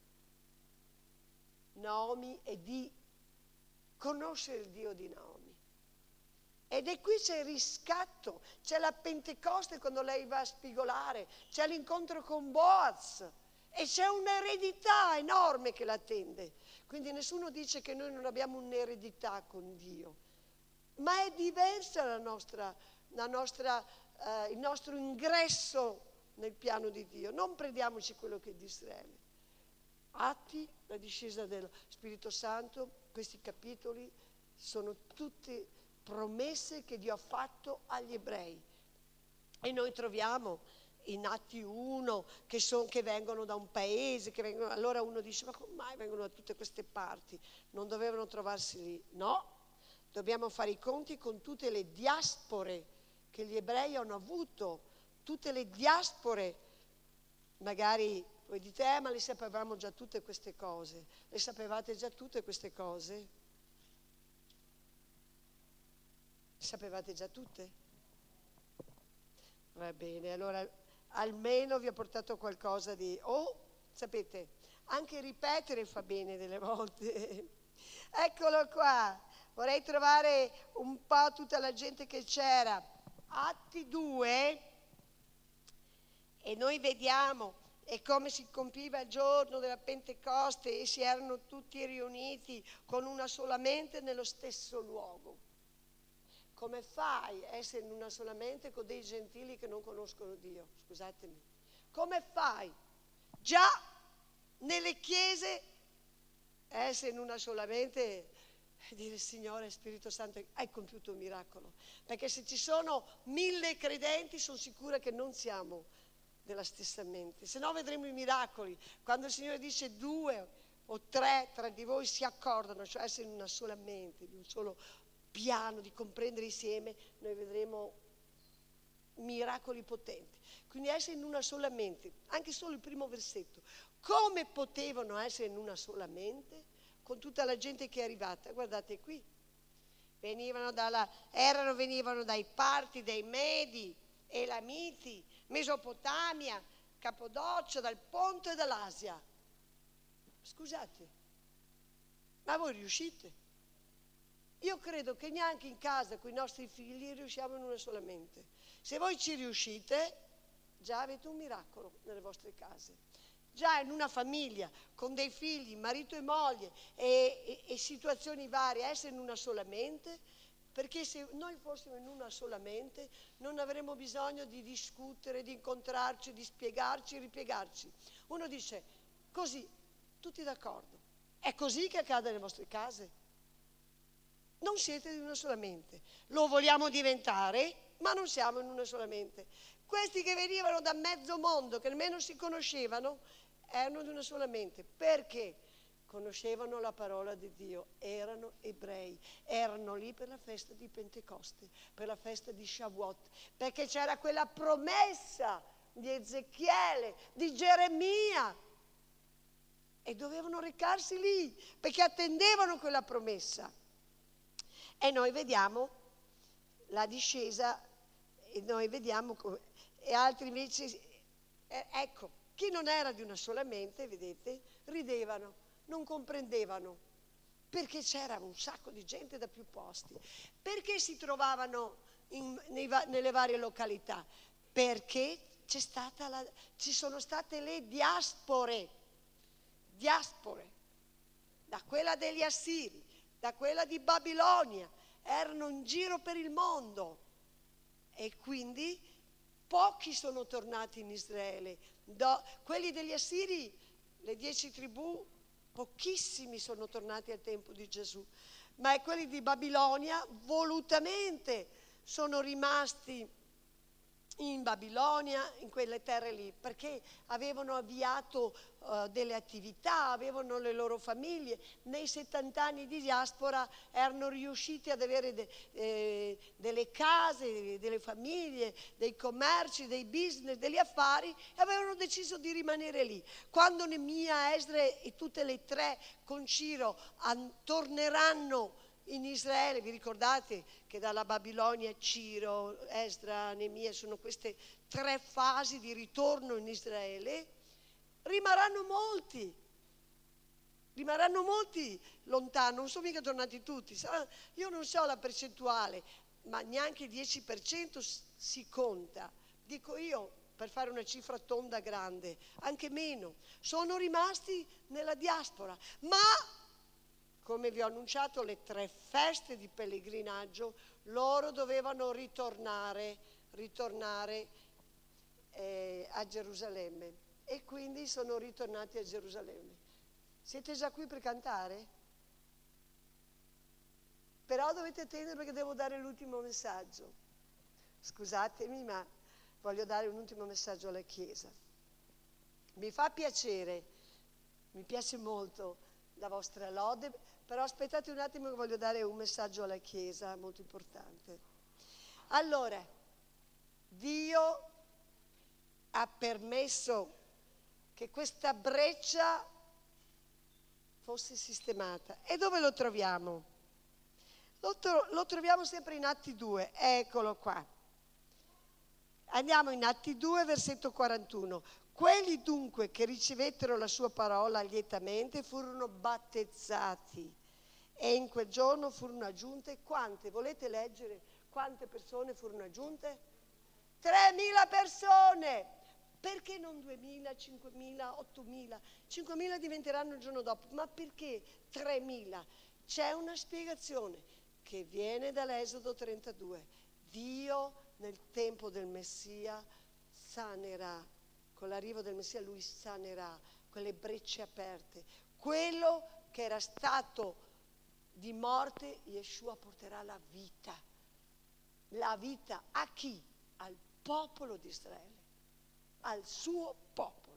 [SPEAKER 2] Naomi e di conoscere il Dio di Naomi. Ed è qui c'è il riscatto, c'è la Pentecoste quando lei va a spigolare, c'è l'incontro con Boaz e c'è un'eredità enorme che l'attende. Quindi nessuno dice che noi non abbiamo un'eredità con Dio, ma è diversa la nostra, la nostra, eh, il nostro ingresso nel piano di Dio. Non prendiamoci quello che è di Israele. Atti, la discesa dello Spirito Santo, questi capitoli sono tutti promesse che Dio ha fatto agli ebrei. E noi troviamo in Atti uno che, son, che vengono da un paese, che vengono, allora uno dice ma come mai vengono da tutte queste parti? Non dovevano trovarsi lì? No, dobbiamo fare i conti con tutte le diaspore che gli ebrei hanno avuto, tutte le diaspore, magari voi dite eh ma le sapevamo già tutte queste cose, le sapevate già tutte queste cose? Sapevate già tutte? Va bene, allora almeno vi ho portato qualcosa di... Oh, sapete, anche ripetere fa bene delle volte. Eccolo qua, vorrei trovare un po' tutta la gente che c'era. Atti due, e noi vediamo, è come si compiva il giorno della Pentecoste e si erano tutti riuniti con una sola mente nello stesso luogo. Come fai a essere in una sola mente con dei gentili che non conoscono Dio? Scusatemi. Come fai già nelle chiese a essere in una sola mente e dire Signore Spirito Santo hai compiuto un miracolo? Perché se ci sono mille credenti sono sicura che non siamo della stessa mente, se no vedremo i miracoli. Quando il Signore dice due o tre tra di voi si accordano, cioè essere in una sola mente, di un solo piano, di comprendere insieme, noi vedremo miracoli potenti. Quindi essere in una sola mente, anche solo il primo versetto. Come potevano essere in una sola mente con tutta la gente che è arrivata? Guardate qui, venivano dalla, erano, venivano dai Parti, dai Medi, Elamiti, Mesopotamia, Cappadocia, dal Ponte dell'Asia. Scusate, ma voi riuscite? Io credo che neanche in casa con i nostri figli riusciamo in una sola mente. Se voi ci riuscite, già avete un miracolo nelle vostre case. Già in una famiglia, con dei figli, marito e moglie e, e, e situazioni varie, essere in una sola mente, perché se noi fossimo in una sola mente non avremmo bisogno di discutere, di incontrarci, di spiegarci, ripiegarci. Uno dice, così, tutti d'accordo. È così che accade nelle vostre case? Non siete di una sola mente, lo vogliamo diventare, ma non siamo in una sola mente. Questi che venivano da mezzo mondo, che nemmeno si conoscevano, erano di una sola mente. Perché? Conoscevano la parola di Dio, erano ebrei, erano lì per la festa di Pentecoste, per la festa di Shavuot, perché c'era quella promessa di Ezechiele, di Geremia, e dovevano recarsi lì, perché attendevano quella promessa. E noi vediamo la discesa, e noi vediamo, come, e altri invece, eh, ecco, chi non era di una sola mente, vedete, ridevano, non comprendevano, perché c'era un sacco di gente da più posti. Perché si trovavano in, nei, nelle varie località? Perché c'è stata la, ci sono state le diaspore, diaspore, da quella degli Assiri, da quella di Babilonia, erano in giro per il mondo e quindi pochi sono tornati in Israele. Do, quelli degli Assiri, le dieci tribù, pochissimi sono tornati al tempo di Gesù, ma quelli di Babilonia volutamente sono rimasti in Babilonia, in quelle terre lì, perché avevano avviato uh, delle attività, avevano le loro famiglie. Nei settanta anni di diaspora erano riusciti ad avere de, eh, delle case, delle famiglie, dei commerci, dei business, degli affari, e avevano deciso di rimanere lì. Quando Neemia, Esdra e tutte le tre con Ciro an- torneranno in Israele, vi ricordate che dalla Babilonia Ciro, Esdra, Neemia sono queste tre fasi di ritorno in Israele, rimarranno molti, rimarranno molti lontano, non sono mica tornati tutti, io non so la percentuale, ma neanche il dieci per cento si conta, dico io, per fare una cifra tonda grande, anche meno, sono rimasti nella diaspora, ma come vi ho annunciato, le tre feste di pellegrinaggio, loro dovevano ritornare, ritornare eh, a Gerusalemme, e quindi sono ritornati a Gerusalemme. Siete già qui per cantare? Però dovete attendere perché devo dare l'ultimo messaggio. Scusatemi, ma voglio dare un ultimo messaggio alla Chiesa. Mi fa piacere, mi piace molto la vostra lode, però aspettate un attimo che voglio dare un messaggio alla Chiesa molto importante. Allora, Dio ha permesso che questa breccia fosse sistemata. E dove lo troviamo? Lo, tro- lo troviamo sempre in Atti due, eccolo qua. Andiamo in Atti due, versetto quarantuno. Quelli dunque che ricevettero la sua parola lietamente furono battezzati, e in quel giorno furono aggiunte quante? Volete leggere quante persone furono aggiunte? tremila persone! Perché non duemila, cinquemila, ottomila? cinquemila diventeranno il giorno dopo, ma perché tremila? C'è una spiegazione che viene dall'Esodo trentadue. Dio nel tempo del Messia sanerà, con l'arrivo del Messia lui sanerà quelle brecce aperte. Quello che era stato di morte, Yeshua porterà la vita. La vita a chi? Al popolo di Israele, al suo popolo.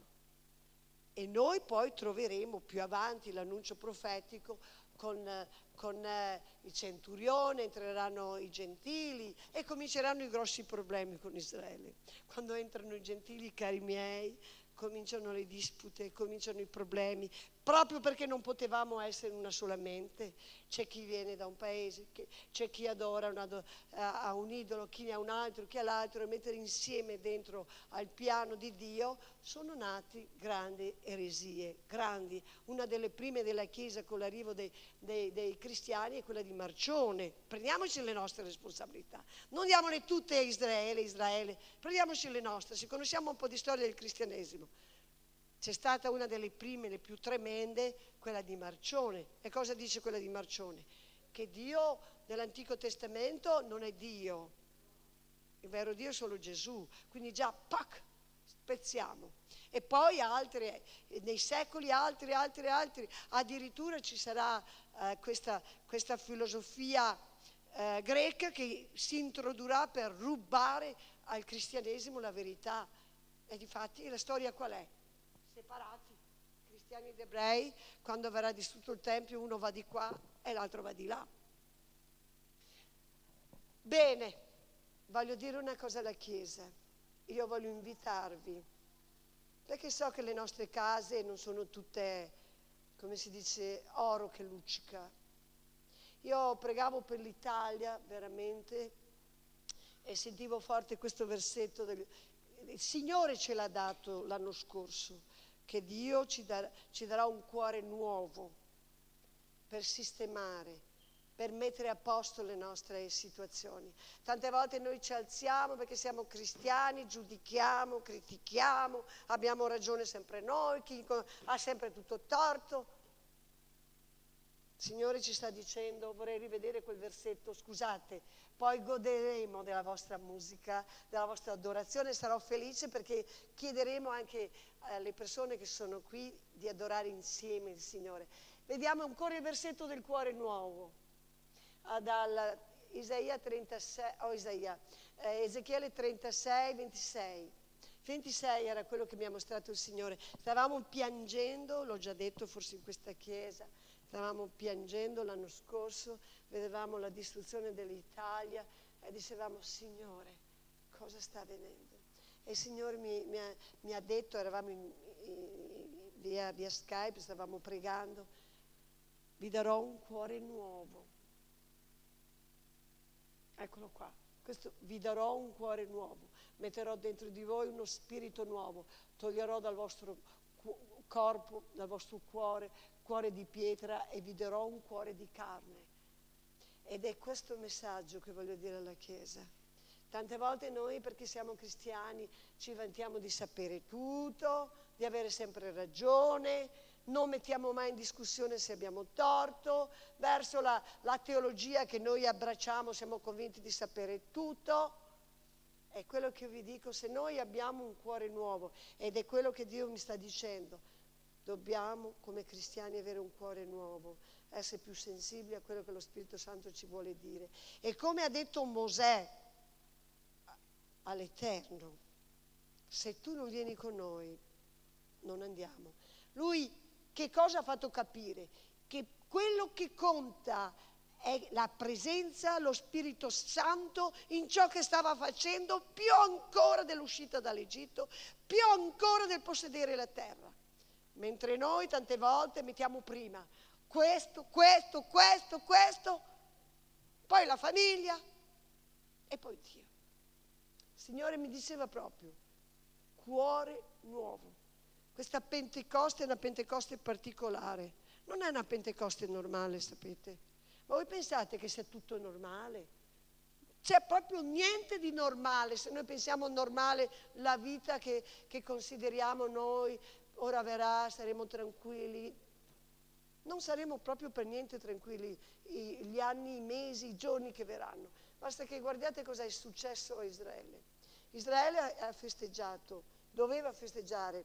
[SPEAKER 2] E noi poi troveremo più avanti l'annuncio profetico con, con eh, il centurione, entreranno i gentili e cominceranno i grossi problemi con Israele. Quando entrano i gentili, cari miei, cominciano le dispute, cominciano i problemi, proprio perché non potevamo essere una sola mente. C'è chi viene da un paese, c'è chi adora una, a un idolo, chi ne ha un altro, chi ha l'altro, e mettere insieme dentro al piano di Dio sono nati grandi eresie, grandi. Una delle prime della Chiesa con l'arrivo dei, dei, dei cristiani è quella di Marcione. Prendiamoci le nostre responsabilità, non diamole tutte a Israele, Israele, prendiamoci le nostre. Se conosciamo un po' di storia del cristianesimo, c'è stata una delle prime, le più tremende, quella di Marcione. E cosa dice quella di Marcione? Che Dio nell'Antico Testamento non è Dio, il vero Dio è solo Gesù. Quindi già, pac, spezziamo. E poi altri, nei secoli altri, altri, altri. Addirittura ci sarà eh, questa, questa filosofia eh, greca che si introdurrà per rubare al cristianesimo la verità. E difatti la storia qual è? Separati, cristiani ed ebrei, quando verrà distrutto il Tempio uno va di qua e l'altro va di là. Bene, voglio dire una cosa alla Chiesa, io voglio invitarvi, perché so che le nostre case non sono tutte, come si dice, oro che luccica. Io pregavo per l'Italia veramente e sentivo forte questo versetto, del, il Signore ce l'ha dato l'anno scorso, che Dio ci darà, ci darà un cuore nuovo per sistemare, per mettere a posto le nostre situazioni. Tante volte noi ci alziamo perché siamo cristiani, giudichiamo, critichiamo, abbiamo ragione sempre noi, chi ha sempre tutto torto. Il Signore ci sta dicendo, vorrei rivedere quel versetto, scusate, poi goderemo della vostra musica, della vostra adorazione, sarò felice perché chiederemo anche alle persone che sono qui di adorare insieme il Signore. Vediamo ancora il versetto del cuore nuovo, dalla Isaia trentasei, oh Isaia, eh, Ezechiele trentasei, ventisei. ventisei era quello che mi ha mostrato il Signore. Stavamo piangendo, l'ho già detto forse in questa chiesa, stavamo piangendo l'anno scorso, vedevamo la distruzione dell'Italia e dicevamo, Signore, cosa sta avvenendo? E il Signore mi, mi, ha, mi ha detto, eravamo in, in, via, via Skype, stavamo pregando, vi darò un cuore nuovo. Eccolo qua, questo, vi darò un cuore nuovo, metterò dentro di voi uno spirito nuovo, toglierò dal vostro corpo, dal vostro cuore, cuore di pietra e vi darò un cuore di carne. Ed è questo il messaggio che voglio dire alla Chiesa. Tante volte noi, perché siamo cristiani, ci vantiamo di sapere tutto, di avere sempre ragione, non mettiamo mai in discussione se abbiamo torto, verso la, la teologia che noi abbracciamo siamo convinti di sapere tutto. È quello che io vi dico, se noi abbiamo un cuore nuovo, ed è quello che Dio mi sta dicendo, dobbiamo come cristiani avere un cuore nuovo, essere più sensibili a quello che lo Spirito Santo ci vuole dire. E come ha detto Mosè all'Eterno, se tu non vieni con noi, non andiamo. Lui che cosa ha fatto capire? Che quello che conta è la presenza, lo Spirito Santo in ciò che stava facendo, più ancora dell'uscita dall'Egitto, più ancora del possedere la terra. Mentre noi tante volte mettiamo prima questo, questo, questo, questo, poi la famiglia e poi Dio. Il Signore mi diceva proprio, cuore nuovo. Questa Pentecoste è una Pentecoste particolare, non è una Pentecoste normale, sapete? Ma voi pensate che sia tutto normale? C'è proprio niente di normale, se noi pensiamo normale la vita che, che consideriamo noi, ora verrà, saremo tranquilli. Non saremo proprio per niente tranquilli gli anni, i mesi, i giorni che verranno. Basta che guardiate cosa è successo a Israele. Israele ha festeggiato, doveva festeggiare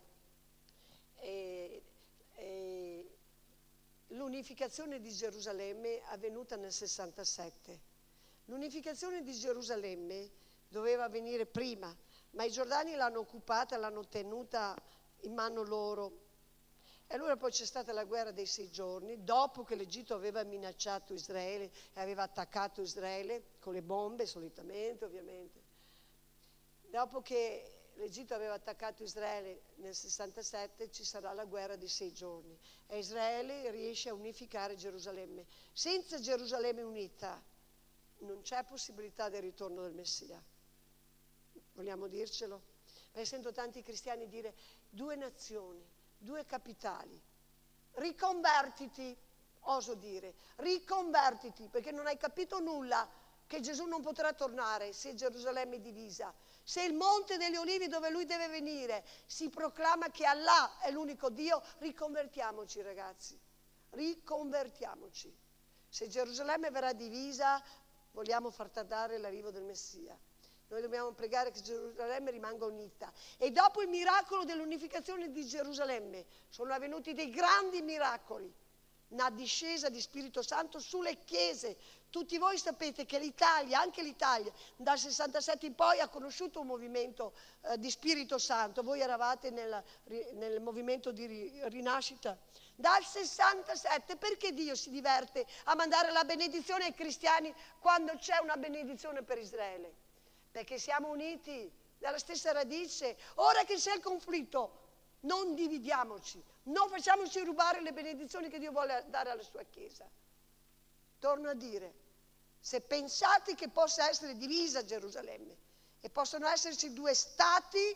[SPEAKER 2] eh, eh, l'unificazione di Gerusalemme avvenuta nel sessantasette. L'unificazione di Gerusalemme doveva avvenire prima, ma i giordani l'hanno occupata, l'hanno tenuta in mano loro. E allora poi c'è stata la guerra dei sei giorni, dopo che l'Egitto aveva minacciato Israele e aveva attaccato Israele con le bombe, solitamente ovviamente. Dopo che l'Egitto aveva attaccato Israele nel sessantasette ci sarà la guerra dei sei giorni e Israele riesce a unificare Gerusalemme. Senza Gerusalemme unita non c'è possibilità del ritorno del Messia. Vogliamo dircelo? Perché sento tanti cristiani dire due nazioni, due capitali. Riconvertiti, oso dire, riconvertiti, perché non hai capito nulla che Gesù non potrà tornare se Gerusalemme è divisa. Se il Monte degli Olivi dove lui deve venire si proclama che Allah è l'unico Dio, riconvertiamoci ragazzi, riconvertiamoci. Se Gerusalemme verrà divisa, vogliamo far tardare l'arrivo del Messia. Noi dobbiamo pregare che Gerusalemme rimanga unita. E dopo il miracolo dell'unificazione di Gerusalemme sono avvenuti dei grandi miracoli, una discesa di Spirito Santo sulle chiese. Tutti voi sapete che l'Italia, anche l'Italia, dal sessantasette in poi ha conosciuto un movimento eh, di Spirito Santo. Voi eravate nel, nel movimento di rinascita. Dal sessantasette, perché Dio si diverte a mandare la benedizione ai cristiani quando c'è una benedizione per Israele? Perché siamo uniti dalla stessa radice. Ora che c'è il conflitto, non dividiamoci, non facciamoci rubare le benedizioni che Dio vuole dare alla sua Chiesa. Torno a dire, se pensate che possa essere divisa Gerusalemme e possono esserci due stati,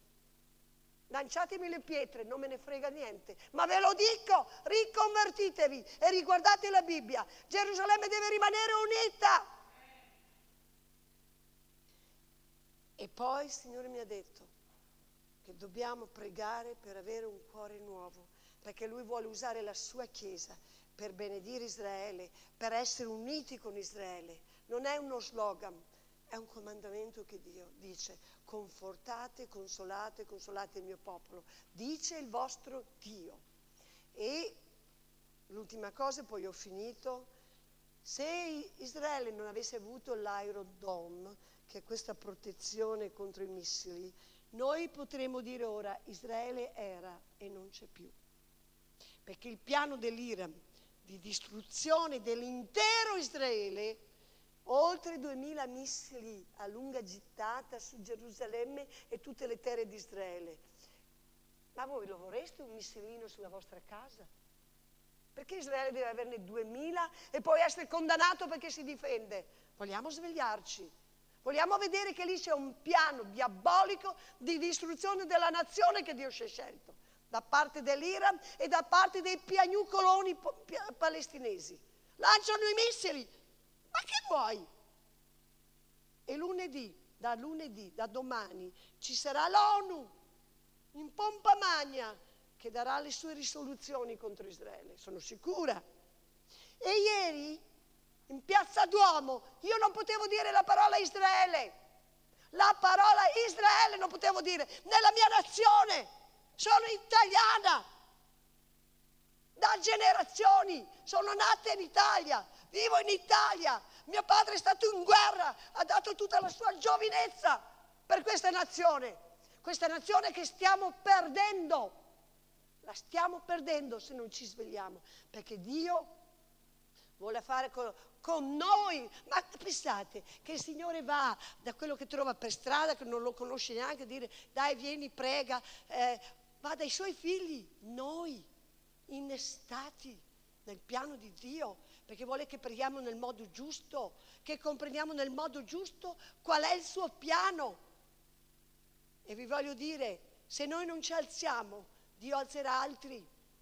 [SPEAKER 2] lanciatemi le pietre, non me ne frega niente, ma ve lo dico, riconvertitevi e riguardate la Bibbia. Gerusalemme deve rimanere unita. E poi il Signore mi ha detto che dobbiamo pregare per avere un cuore nuovo, perché Lui vuole usare la sua Chiesa per benedire Israele, per essere uniti con Israele. Non è uno slogan, è un comandamento che Dio dice: confortate, consolate, consolate il mio popolo, dice il vostro Dio. E l'ultima cosa, poi ho finito, se Israele non avesse avuto l'Iron Dome, che questa protezione contro i missili, noi potremmo dire ora Israele era e non c'è più. Perché il piano dell'Iran di distruzione dell'intero Israele, oltre duemila missili a lunga gittata su Gerusalemme e tutte le terre di Israele. Ma voi lo vorreste un missilino sulla vostra casa? Perché Israele deve averne duemila e poi essere condannato perché si difende? Vogliamo svegliarci. Vogliamo vedere che lì c'è un piano diabolico di distruzione della nazione che Dio si è scelto, da parte dell'Iran e da parte dei piagnucoloni palestinesi. Lanciano i missili. Ma che vuoi? E lunedì, da lunedì, da domani, ci sarà l'ONU in pompa magna che darà le sue risoluzioni contro Israele, sono sicura. E ieri, in Piazza Duomo, io non potevo dire la parola Israele. La parola Israele non potevo dire nella mia nazione. Sono italiana. Da generazioni sono nata in Italia, vivo in Italia. Mio padre è stato in guerra, ha dato tutta la sua giovinezza per questa nazione. Questa nazione che stiamo perdendo. La stiamo perdendo se non ci svegliamo, perché Dio vuole fare con, con noi. Ma pensate che il Signore va da quello che trova per strada, che non lo conosce neanche, a dire dai vieni, prega, eh, va dai suoi figli, noi, innestati nel piano di Dio, perché vuole che preghiamo nel modo giusto, che comprendiamo nel modo giusto qual è il suo piano. E vi voglio dire, se noi non ci alziamo, Dio alzerà altri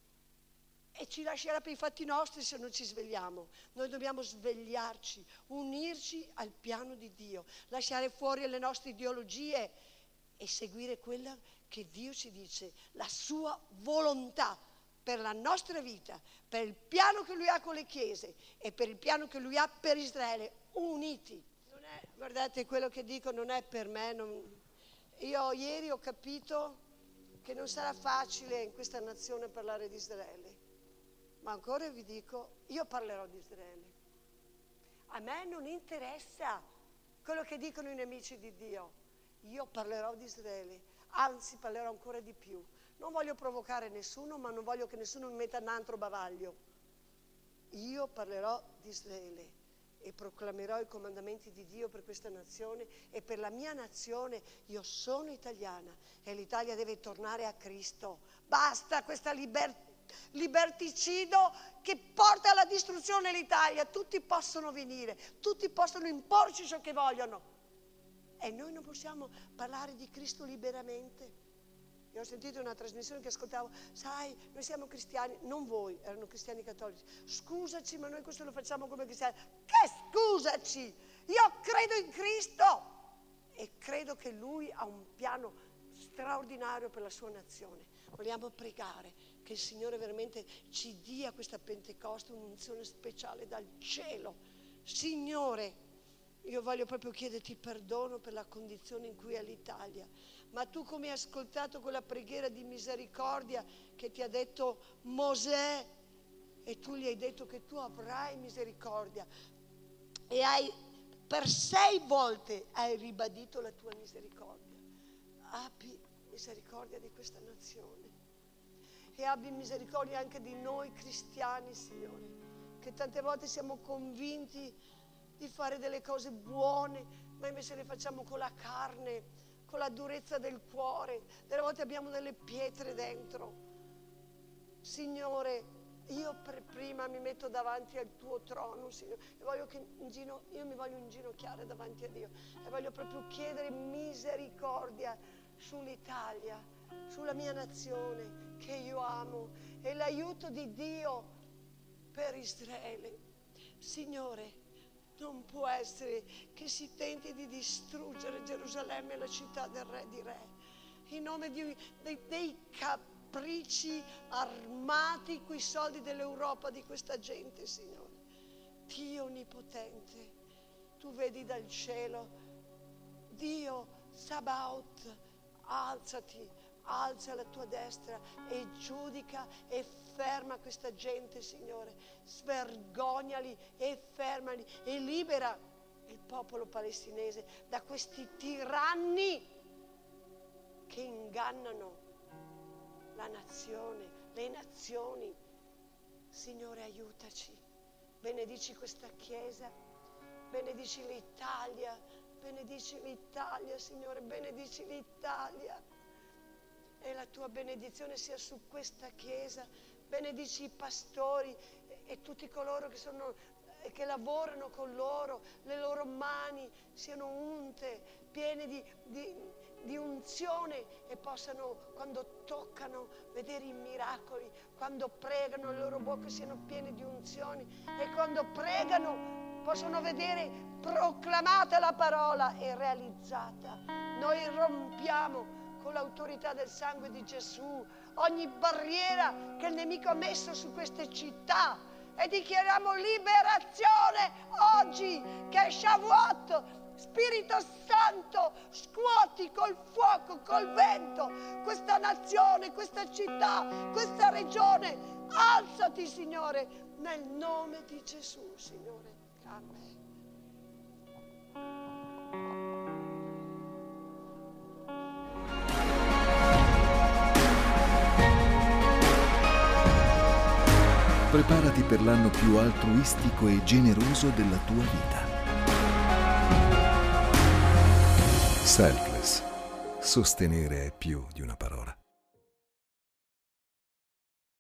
[SPEAKER 2] e ci lascerà per i fatti nostri se non ci svegliamo. Noi dobbiamo svegliarci, unirci al piano di Dio, lasciare fuori le nostre ideologie e seguire quella che Dio ci dice, la sua volontà per la nostra vita, per il piano che Lui ha con le chiese e per il piano che Lui ha per Israele, uniti. Non è, guardate, quello che dico non è per me. Non, io ieri ho capito che non sarà facile in questa nazione parlare di Israele, ma ancora vi dico, io parlerò di Israele. A me non interessa quello che dicono i nemici di Dio, io parlerò di Israele, anzi parlerò ancora di più. Non voglio provocare nessuno, ma non voglio che nessuno mi metta un altro bavaglio. Io parlerò di Israele e proclamerò i comandamenti di Dio per questa nazione e per la mia nazione. Io sono italiana e l'Italia deve tornare a Cristo. Basta questa liber- liberticido che porta alla distruzione l'Italia. Tutti possono venire, tutti possono imporci ciò che vogliono e noi non possiamo parlare di Cristo liberamente. Io ho sentito una trasmissione che ascoltavo, sai, noi siamo cristiani, non voi, erano cristiani cattolici. Scusaci, ma noi questo lo facciamo come cristiani. Che scusaci? Io credo in Cristo e credo che Lui ha un piano straordinario per la sua nazione. Vogliamo pregare che il Signore veramente ci dia questa Pentecoste, un'unzione speciale dal cielo. Signore, io voglio proprio chiederti perdono per la condizione in cui è l'Italia. Ma tu come hai ascoltato quella preghiera di misericordia che ti ha detto Mosè e tu gli hai detto che tu avrai misericordia e hai per sei volte hai ribadito la tua misericordia. Abbi misericordia di questa nazione e abbi misericordia anche di noi cristiani, Signore, che tante volte siamo convinti di fare delle cose buone, ma invece le facciamo con la carne, con la durezza del cuore. Delle volte abbiamo delle pietre dentro. Signore, io per prima mi metto davanti al tuo trono, Signore, e voglio che in gino, io mi voglio inginocchiare davanti a Dio e voglio proprio chiedere misericordia sull'Italia, sulla mia nazione che io amo e l'aiuto di Dio per Israele. Signore, non può essere che si tenti di distruggere Gerusalemme, la città del Re di Re, in nome di, dei, dei capricci armati coi soldi dell'Europa di questa gente, Signore. Dio onnipotente, tu vedi dal cielo, Dio Sabaoth, alzati, alza la tua destra e giudica e ferma questa gente, Signore. Svergognali e fermali e libera il popolo popolo palestinese da questi tiranni che ingannano la nazione, le nazioni. Signore, aiutaci, benedici questa Chiesa, benedici l'Italia, benedici l'Italia, Signore, benedici l'Italia. E la tua benedizione sia su questa Chiesa, benedici i pastori e, e tutti coloro che sono e che lavorano con loro, le loro mani siano unte, piene di, di, di unzione e possano, quando toccano, vedere i miracoli, quando pregano le loro bocche siano piene di unzioni e quando pregano possono vedere proclamata la parola e realizzata. Noi rompiamo con l'autorità del sangue di Gesù ogni barriera che il nemico ha messo su queste città e dichiariamo liberazione oggi, che è Shavuot. Spirito Santo, scuoti col fuoco, col vento questa nazione, questa città, questa regione. Alzati, Signore, nel nome di Gesù, Signore. Amen.
[SPEAKER 1] Preparati per l'anno più altruistico e generoso della tua vita. Selfless. Sostenere è più di una parola.